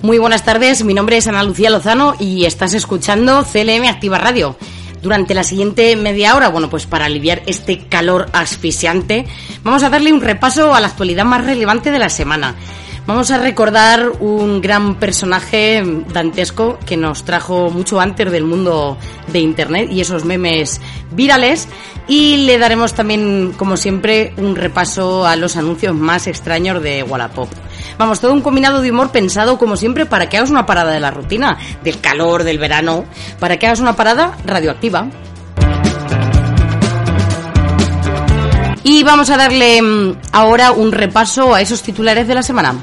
Muy buenas tardes, mi nombre es Ana Lucía Lozano y estás escuchando CLM Activa Radio. Durante la siguiente media hora, pues para aliviar este calor asfixiante, vamos a darle un repaso a la actualidad más relevante de la semana. Vamos a recordar un gran personaje dantesco que nos trajo mucho antes del mundo de Internet y esos memes virales, y le daremos también, como siempre, un repaso a los anuncios más extraños de Wallapop. Vamos, todo un combinado de humor pensado, como siempre, para que hagas una parada de la rutina, del calor, del verano, para que hagas una parada radioactiva. Y vamos a darle ahora un repaso a esos titulares de la semana.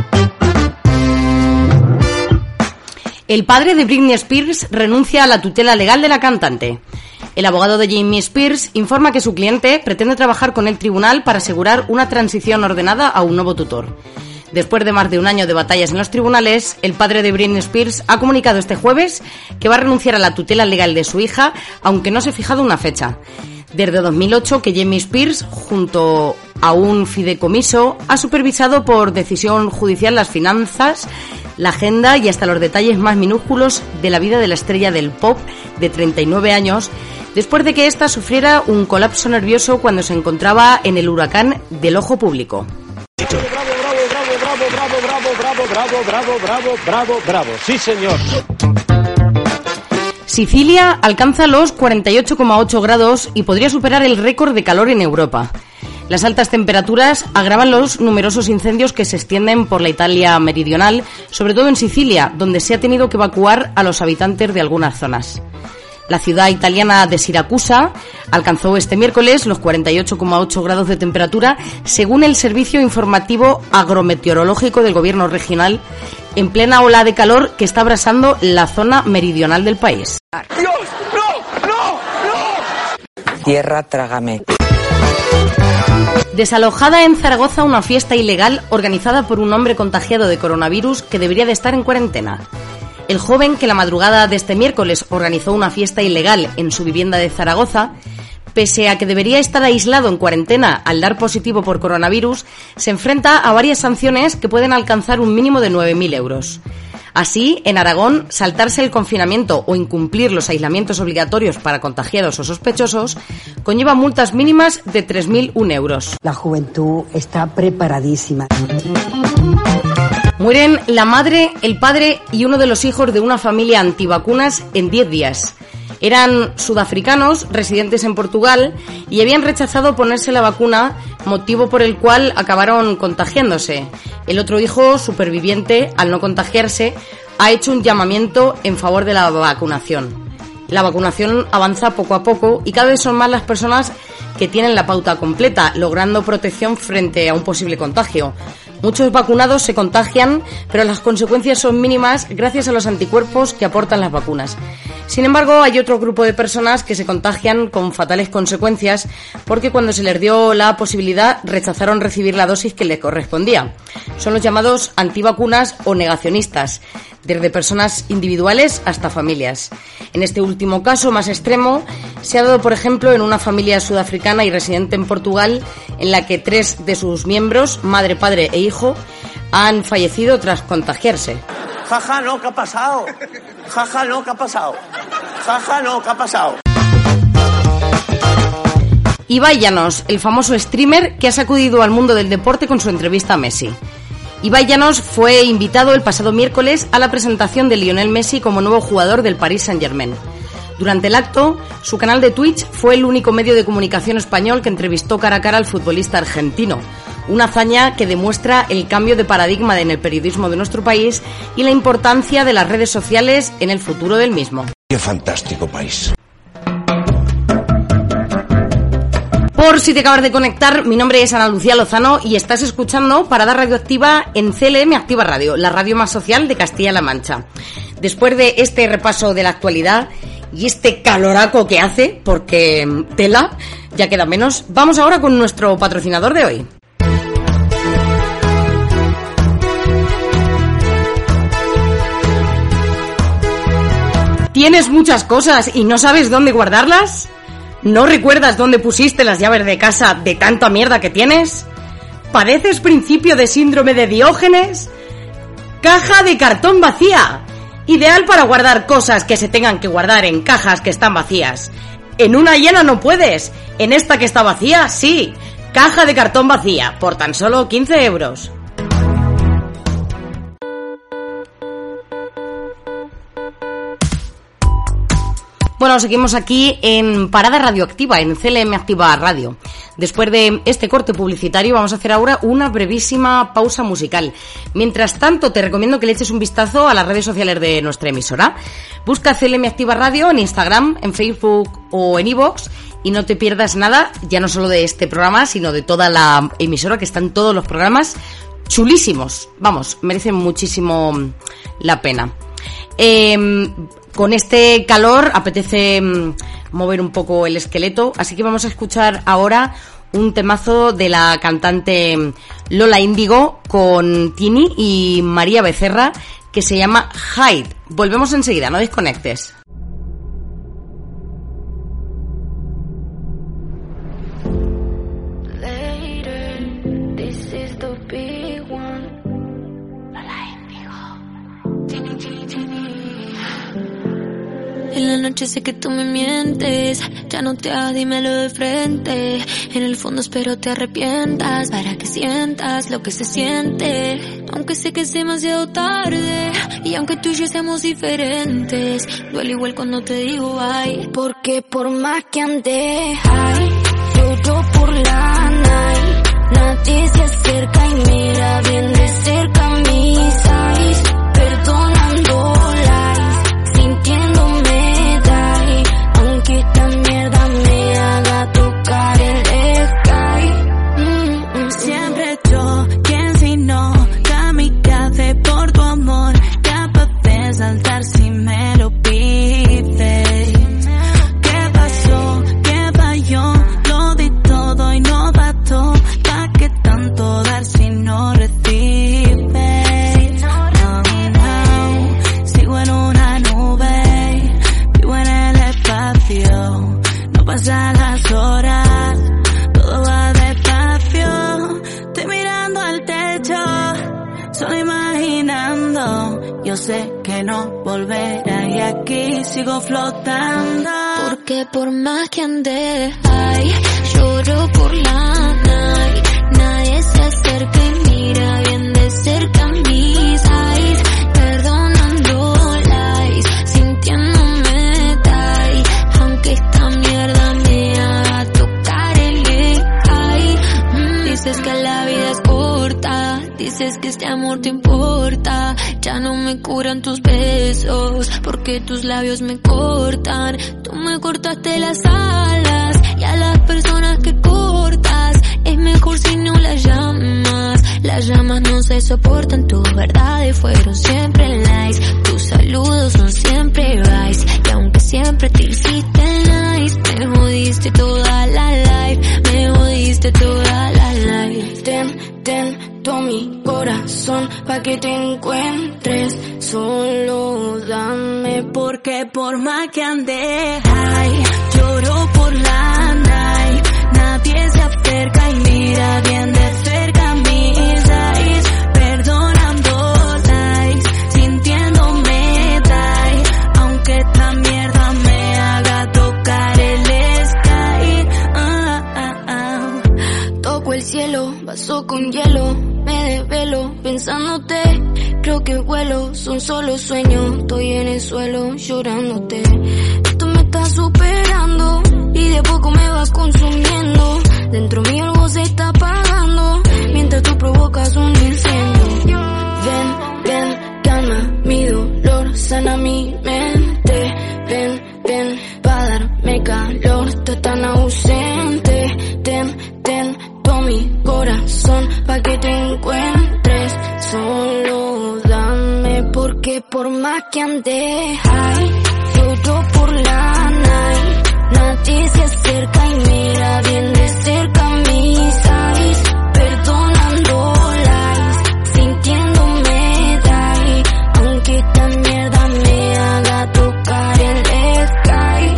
El padre de Britney Spears renuncia a la tutela legal de la cantante. El abogado de Jamie Spears informa que su cliente pretende trabajar con el tribunal para asegurar una transición ordenada a un nuevo tutor. Después de más de un año de batallas en los tribunales, el padre de Britney Spears ha comunicado este jueves que va a renunciar a la tutela legal de su hija, aunque no se ha fijado una fecha. Desde 2008 que Jamie Spears, junto a un fideicomiso, ha supervisado por decisión judicial las finanzas, la agenda y hasta los detalles más minúsculos de la vida de la estrella del pop de 39 años, después de que ésta sufriera un colapso nervioso cuando se encontraba en el huracán del ojo público. Bravo, sí señor. Sicilia alcanza los 48,8 grados y podría superar el récord de calor en Europa. Las altas temperaturas agravan los numerosos incendios que se extienden por la Italia meridional, sobre todo en Sicilia, donde se ha tenido que evacuar a los habitantes de algunas zonas. La ciudad italiana de Siracusa alcanzó este miércoles los 48,8 grados de temperatura, según el Servicio Informativo Agrometeorológico del Gobierno regional, en plena ola de calor que está abrasando la zona meridional del país. ¡Dios! ¡No! Tierra, trágame. Desalojada en Zaragoza una fiesta ilegal organizada por un hombre contagiado de coronavirus que debería de estar en cuarentena. El joven, que la madrugada de este miércoles organizó una fiesta ilegal en su vivienda de Zaragoza, pese a que debería estar aislado en cuarentena al dar positivo por coronavirus, se enfrenta a varias sanciones que pueden alcanzar un mínimo de 9.000 euros. Así, en Aragón, saltarse el confinamiento o incumplir los aislamientos obligatorios para contagiados o sospechosos conlleva multas mínimas de 3.001 euros. La juventud está preparadísima. Mueren la madre, el padre y uno de los hijos de una familia antivacunas en 10 días. Eran sudafricanos residentes en Portugal y habían rechazado ponerse la vacuna, motivo por el cual acabaron contagiándose. El otro hijo, superviviente, al no contagiarse, ha hecho un llamamiento en favor de la vacunación. La vacunación avanza poco a poco y cada vez son más las personas que tienen la pauta completa, logrando protección frente a un posible contagio. Muchos vacunados se contagian, pero las consecuencias son mínimas gracias a los anticuerpos que aportan las vacunas. Sin embargo, hay otro grupo de personas que se contagian con fatales consecuencias porque cuando se les dio la posibilidad rechazaron recibir la dosis que les correspondía. Son los llamados antivacunas o negacionistas, desde personas individuales hasta familias. En este último caso más extremo se ha dado, por ejemplo, en una familia sudafricana y residente en Portugal, en la que 3 de sus miembros, madre, padre e hijo, han fallecido tras contagiarse. Jaja, no, ¿qué ha pasado? Jaja, no, ¿qué ha pasado? Jaja, no, ¿qué ha pasado? Ibai Llanos, el famoso streamer que ha sacudido al mundo del deporte con su entrevista a Messi. Ibai Llanos fue invitado el pasado miércoles a la presentación de Lionel Messi como nuevo jugador del Paris Saint-Germain. Durante el acto, su canal de Twitch fue el único medio de comunicación español que entrevistó cara a cara al futbolista argentino. Una hazaña que demuestra el cambio de paradigma en el periodismo de nuestro país y la importancia de las redes sociales en el futuro del mismo. ¡Qué fantástico país! Por si te acabas de conectar, mi nombre es Ana Lucía Lozano y estás escuchando Parada Radioactiva en CLM Activa Radio, la radio más social de Castilla-La Mancha. Después de este repaso de la actualidad y este caloraco que hace, porque tela, ya queda menos, vamos ahora con nuestro patrocinador de hoy. ¿Tienes muchas cosas y no sabes dónde guardarlas? ¿No recuerdas dónde pusiste las llaves de casa de tanta mierda que tienes? ¿Padeces principio de síndrome de Diógenes? caja de cartón vacía. Ideal para guardar cosas que se tengan que guardar en cajas que están vacías. En una llena no puedes. En esta que está vacía, sí. Caja de cartón vacía, por tan solo 15 euros. Bueno, seguimos aquí en Parada Radioactiva, en CLM Activa Radio. Después de este corte publicitario vamos a hacer ahora una brevísima pausa musical. Mientras tanto, te recomiendo que le eches un vistazo a las redes sociales de nuestra emisora. Busca CLM Activa Radio en Instagram, en Facebook o en iVoox y no te pierdas nada, ya no solo de este programa, sino de toda la emisora, que están todos los programas chulísimos. Vamos, merecen muchísimo la pena. Con este calor apetece mover un poco el esqueleto, así que vamos a escuchar ahora un temazo de la cantante Lola Índigo con Tini y María Becerra, que se llama Hide. Volvemos enseguida, no desconectes. En la noche sé que tú me mientes, ya no te hagas, dímelo de frente. En el fondo espero te arrepientas, para que sientas lo que se siente. Aunque sé que es demasiado tarde, y aunque tú y yo seamos diferentes, duele igual cuando te digo ay. Porque por más que ande high, lloro por la night. Nadie se acerca y mira bien de cerca mis eyes. Perdonando lies, sintiéndome die. Aunque esta mierda me haga tocar el sky. Siempre yo, quien si no, kamikaze por tu amor, capaz de saltar si me lo pides. ¿Qué pasó? ¿Qué falló? Lo di todo y no bastó. ¿Pa' qué tanto dar si no recibes? No, no, sigo en una nube, vivo en el espacio. No pasan las horas, todo va despacio. Estoy mirando al techo, solo imaginando. Yo sé que no volverá y aquí sigo flotando. Porque por más que ande high, lloro por la night. Nadie se acerca y mira bien de cerca mis eyes. Perdonando lies, sintiéndome die. Aunque esta mierda me haga tocar el sky. Dices que la vida es corta, dices que este amor te importa. Ya no me curan tus besos, porque tus labios me cortan. Tú me cortaste las alas, y a las personas que cortas es mejor si no las llamas. Las llamas no se soportan, tus verdades fueron siempre lies. Tus saludos son siempre rise, y aunque siempre te hiciste nice, me jodiste toda la life, me jodiste toda la life. Ten todo mi corazón pa' que te encuentres. Solo dame, porque por más que ande high, lloro por la night. Nadie se acerca y mira bien de cerca mis eyes. Perdonando lies, sintiéndome die. Aunque esta mierda me haga tocar el sky. Toco el cielo, vaso con hielo. Me desvelo pensándote, creo que vuelo, son solo sueños. Estoy en el suelo llorándote. Esto me está superando y de poco me vas consumiendo. Dentro mío algo se está apagando mientras tú provocas un incendio. Ven, ven, calma mi dolor, sana mi mente. Ven, ven, pa' darme calor, estás tan ausente. Ten todo mi corazón pa' que te encuentres. Solo dame, porque por más que ande high, lloro por la night. Nadie se acerca y mira bien de cerca mis eyes. Perdonando lies, sintiéndome die. Aunque esta mierda me haga tocar el sky.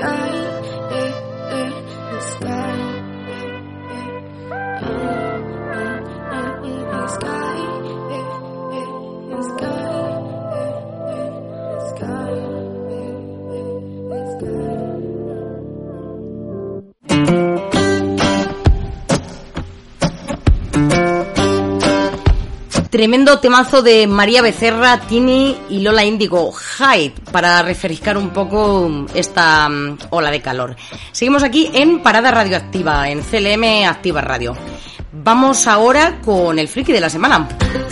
Sky, sky. Tremendo temazo de María Becerra, Tini y Lola Índigo, Hyde, para refrescar un poco esta ola de calor. Seguimos aquí en Parada Radioactiva, en CLM Activa Radio. Vamos ahora con el friki de la semana.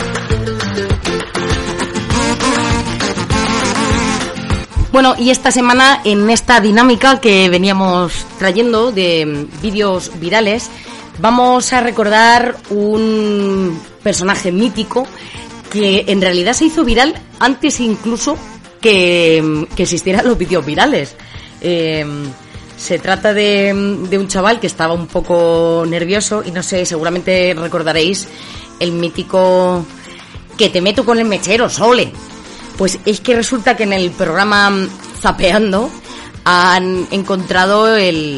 Bueno, y esta semana, en esta dinámica que veníamos trayendo de vídeos virales, vamos a recordar un personaje mítico que en realidad se hizo viral antes incluso que existieran los vídeos virales. Se trata de un chaval que estaba un poco nervioso y no sé, seguramente recordaréis el mítico "que te meto con el mechero, Sole". Pues es que resulta que en el programa Zapeando han encontrado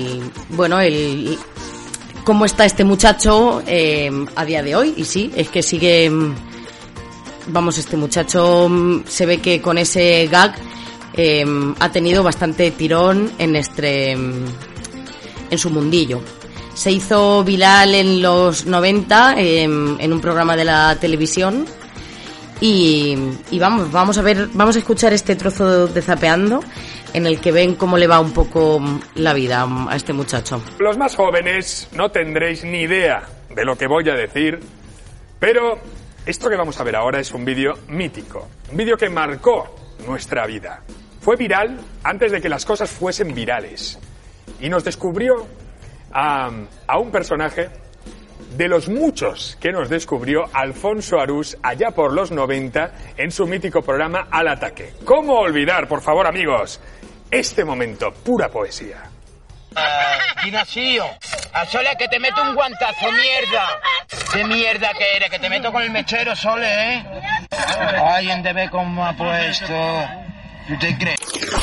cómo está este muchacho a día de hoy. Y sí, es que sigue, este muchacho se ve que con ese gag ha tenido bastante tirón en su mundillo. Se hizo viral en los 90 en un programa de la televisión. Y vamos a escuchar este trozo de Zapeando en el que ven cómo le va un poco la vida a este muchacho. Los más jóvenes no tendréis ni idea de lo que voy a decir, pero esto que vamos a ver ahora es un vídeo mítico, un vídeo que marcó nuestra vida. Fue viral antes de que las cosas fuesen virales y nos descubrió a un personaje de los muchos que nos descubrió Alfonso Arús allá por los 90 en su mítico programa Al Ataque. ¿Cómo olvidar, por favor, amigos, este momento, pura poesía? Ignacio, a Sole que te meto un guantazo, mierda. ¿Qué mierda que eres? Que te meto con el mechero, Sole, ¿eh? Ay, en ve cómo ha puesto. ¿Tú te crees?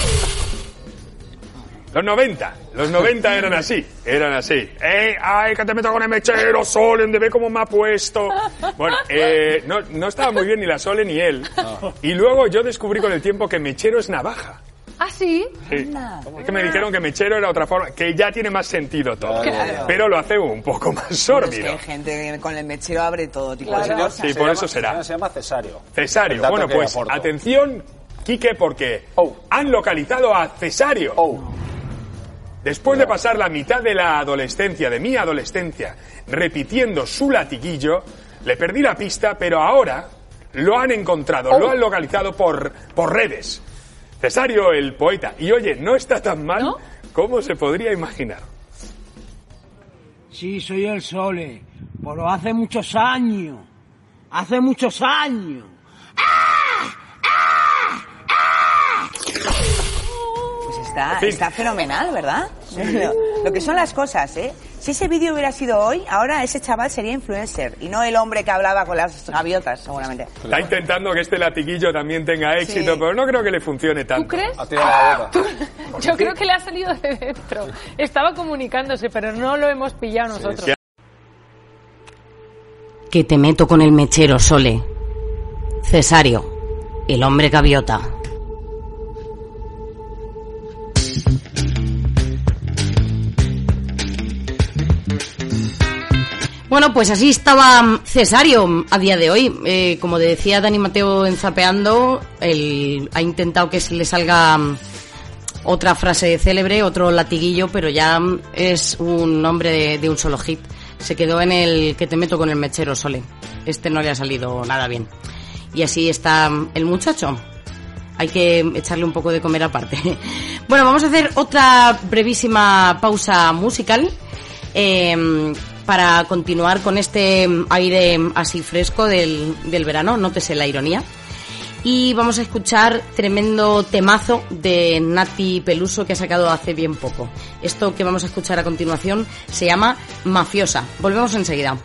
Los 90 eran así. ¡Ay, que te meto con el mechero, Sole, ve cómo me ha puesto! Bueno, no estaba muy bien ni la Sole ni él. No. Y luego yo descubrí con el tiempo que mechero es navaja. ¿Ah, sí? Sí. Es que me dijeron que mechero era otra forma, que ya tiene más sentido todo. Claro. Pero lo hace un poco más sórdido. Es que hay gente que con el mechero abre todo tipo de cosas. Sí, por eso será. Se llama cesario. Cesario. Bueno, pues atención, Quique, porque han localizado a Cesario. Después de pasar la mitad de mi adolescencia, repitiendo su latiguillo, le perdí la pista, pero ahora lo han encontrado, lo han localizado por redes. Cesario, el poeta. Y oye, no está tan mal, ¿no?, como se podría imaginar. Sí, soy el Sole, pero hace muchos años. Está fenomenal, ¿verdad? Sí. Lo que son las cosas, ¿eh? Si ese vídeo hubiera sido hoy, ahora ese chaval sería influencer y no el hombre que hablaba con las gaviotas, seguramente. Está intentando que este latiguillo también tenga éxito, sí, pero no creo que le funcione tanto. ¿Tú crees? Yo creo que le ha salido de dentro. Estaba comunicándose, pero no lo hemos pillado nosotros. Sí. Que te meto con el mechero, Sole. Cesario, el hombre gaviota. Bueno, pues así estaba Cesario a día de hoy. Como decía Dani Mateo en Zapeando, él ha intentado que se le salga otra frase célebre, otro latiguillo, pero ya es un nombre de un solo hit. Se quedó en el que te meto con el mechero, Sole. Este no le ha salido nada bien. Y así está el muchacho. Hay que echarle un poco de comer aparte. Bueno, vamos a hacer otra brevísima pausa musical. Para continuar con este aire así fresco del verano, nótese la ironía. Y vamos a escuchar tremendo temazo de Nati Peluso que ha sacado hace bien poco. Esto que vamos a escuchar a continuación se llama Mafiosa. Volvemos enseguida.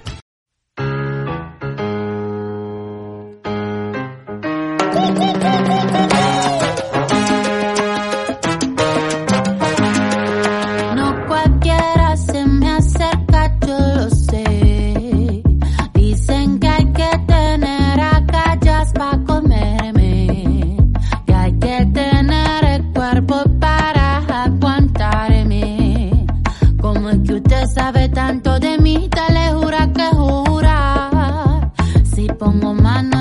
Sabe tanto de mí, te le jura que jura. Si pongo mano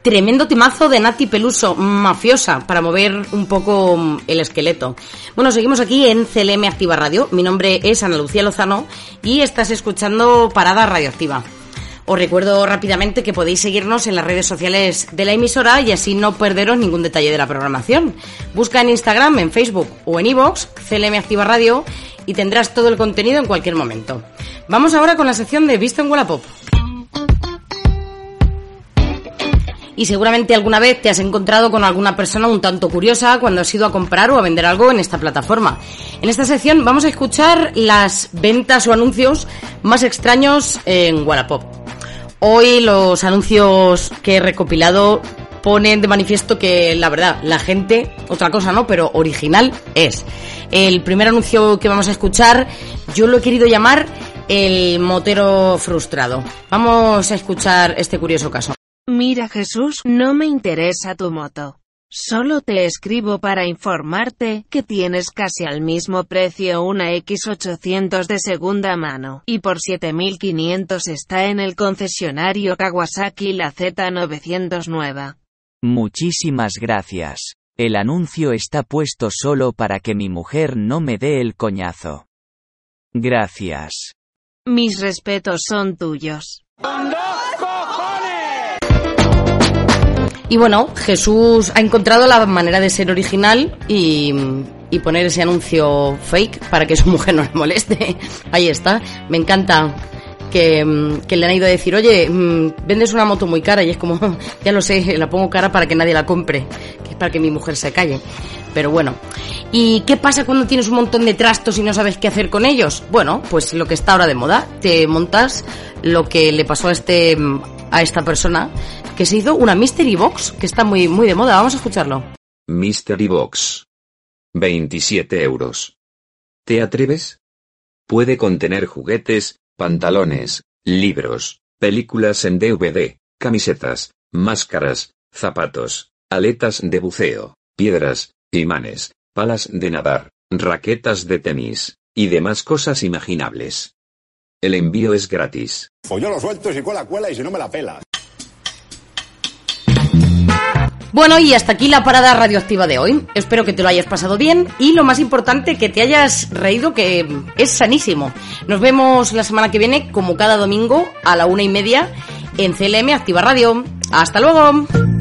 Tremendo temazo de Nati Peluso, Mafiosa, para mover un poco el esqueleto. Bueno, seguimos aquí en CLM Activa Radio. Mi nombre es Ana Lucía Lozano y estás escuchando Parada Radioactiva. Os recuerdo rápidamente que podéis seguirnos en las redes sociales de la emisora y así no perderos ningún detalle de la programación. Busca en Instagram, en Facebook o en iVoox, CLM Activa Radio, y tendrás todo el contenido en cualquier momento. Vamos ahora con la sección de Visto en Wallapop. Y seguramente alguna vez te has encontrado con alguna persona un tanto curiosa cuando has ido a comprar o a vender algo en esta plataforma. En esta sección vamos a escuchar las ventas o anuncios más extraños en Wallapop. Hoy los anuncios que he recopilado ponen de manifiesto que, la verdad, la gente, otra cosa no, pero original es. El primer anuncio que vamos a escuchar, yo lo he querido llamar el motero frustrado. Vamos a escuchar este curioso caso. Mira, Jesús, no me interesa tu moto. Solo te escribo para informarte que tienes casi al mismo precio una X800 de segunda mano, y por 7.500 está en el concesionario Kawasaki la Z900 nueva. Muchísimas gracias. El anuncio está puesto solo para que mi mujer no me dé el coñazo. Gracias. Mis respetos son tuyos. Y bueno, Jesús ha encontrado la manera de ser original y poner ese anuncio fake para que su mujer no le moleste. Ahí está. Me encanta que le han ido a decir, oye, vendes una moto muy cara, y es como, ya lo sé, la pongo cara para que nadie la compre, que es para que mi mujer se calle. Pero bueno, ¿y qué pasa cuando tienes un montón de trastos y no sabes qué hacer con ellos? Bueno, pues lo que está ahora de moda, te montas lo que le pasó a esta persona, que se hizo una Mystery Box, que está muy, muy de moda. Vamos a escucharlo. Mystery Box. 27 euros. ¿Te atreves? Puede contener juguetes, pantalones, libros, películas en DVD, camisetas, máscaras, zapatos, aletas de buceo, piedras, imanes, palas de nadar, raquetas de tenis, y demás cosas imaginables. El envío es gratis. Yo lo suelto si cuela y si no me la pela. Bueno, y hasta aquí la parada radioactiva de hoy. Espero que te lo hayas pasado bien y, lo más importante, que te hayas reído, que es sanísimo. Nos vemos la semana que viene, como cada domingo, a la 1:30 en CLM Activa Radio. ¡Hasta luego!